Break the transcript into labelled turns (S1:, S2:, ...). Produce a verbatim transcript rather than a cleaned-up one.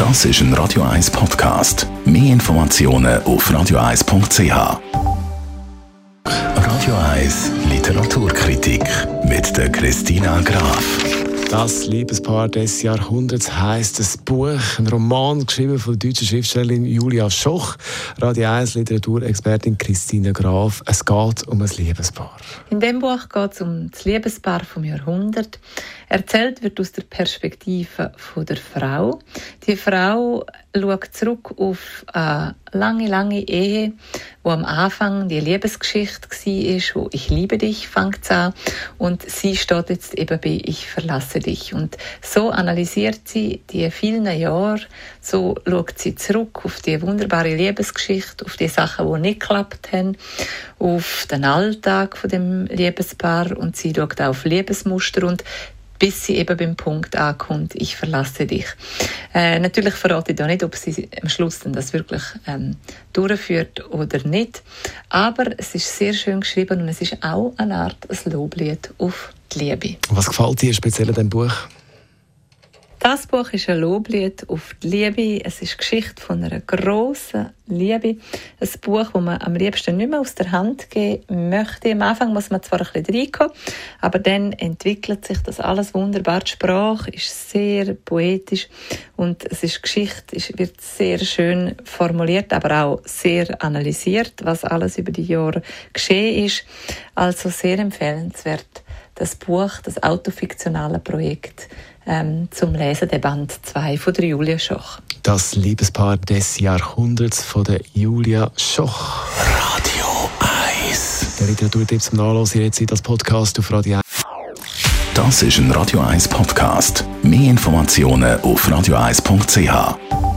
S1: Das ist ein Radio eins Podcast. Mehr Informationen auf radio eins punkt c h. Radio eins Literaturkritik mit der Christina Graf.
S2: Das Liebespaar des Jahrhunderts heisst das Buch, ein Roman geschrieben von der deutschen Schriftstellerin Julia Schoch, Radio eins Literaturexpertin Christina Graf. Es geht um ein Liebespaar.
S3: In diesem Buch geht es um das Liebespaar vom Jahrhundert. Erzählt wird aus der Perspektive von der Frau. Die Frau schaut zurück auf eine lange, lange Ehe, wo am Anfang die Liebesgeschichte war, wo «Ich liebe dich» fängt an und sie steht jetzt eben bei «Ich verlasse dich». Und so analysiert sie die vielen Jahre, so schaut sie zurück auf die wunderbare Liebesgeschichte, auf die Sachen, die nicht geklappt haben, auf den Alltag von dem Liebespaar und sie schaut auch auf Liebesmuster und bis sie eben beim Punkt ankommt, ich verlasse dich. Äh, natürlich verrate ich da nicht, ob sie am Schluss dann das wirklich ähm, durchführt oder nicht. Aber es ist sehr schön geschrieben und es ist auch eine Art ein Loblied auf die Liebe.
S2: Was gefällt dir speziell an diesem Buch?
S3: Das Buch ist ein Loblied auf die Liebe. Es ist die Geschichte von einer grossen Liebe. Ein Buch, das man am liebsten nicht mehr aus der Hand geben möchte. Am Anfang muss man zwar ein bisschen reinkommen, aber dann entwickelt sich das alles wunderbar. Die Sprache ist sehr poetisch und es ist Geschichte, es wird sehr schön formuliert, aber auch sehr analysiert, was alles über die Jahre geschehen ist. Also sehr empfehlenswert, das Buch, das autofiktionale Projekt ähm, zum Lesen, der Band zwei von der Julia Schoch.
S2: Das Liebespaar des Jahrhunderts von der Julia Schoch.
S1: Radio eins.
S2: Der Literaturtipp zum Nachlesen jederzeit als Podcast auf Radio eins.
S1: Das ist ein Radio eins Podcast. Mehr Informationen auf radio eins punkt c h.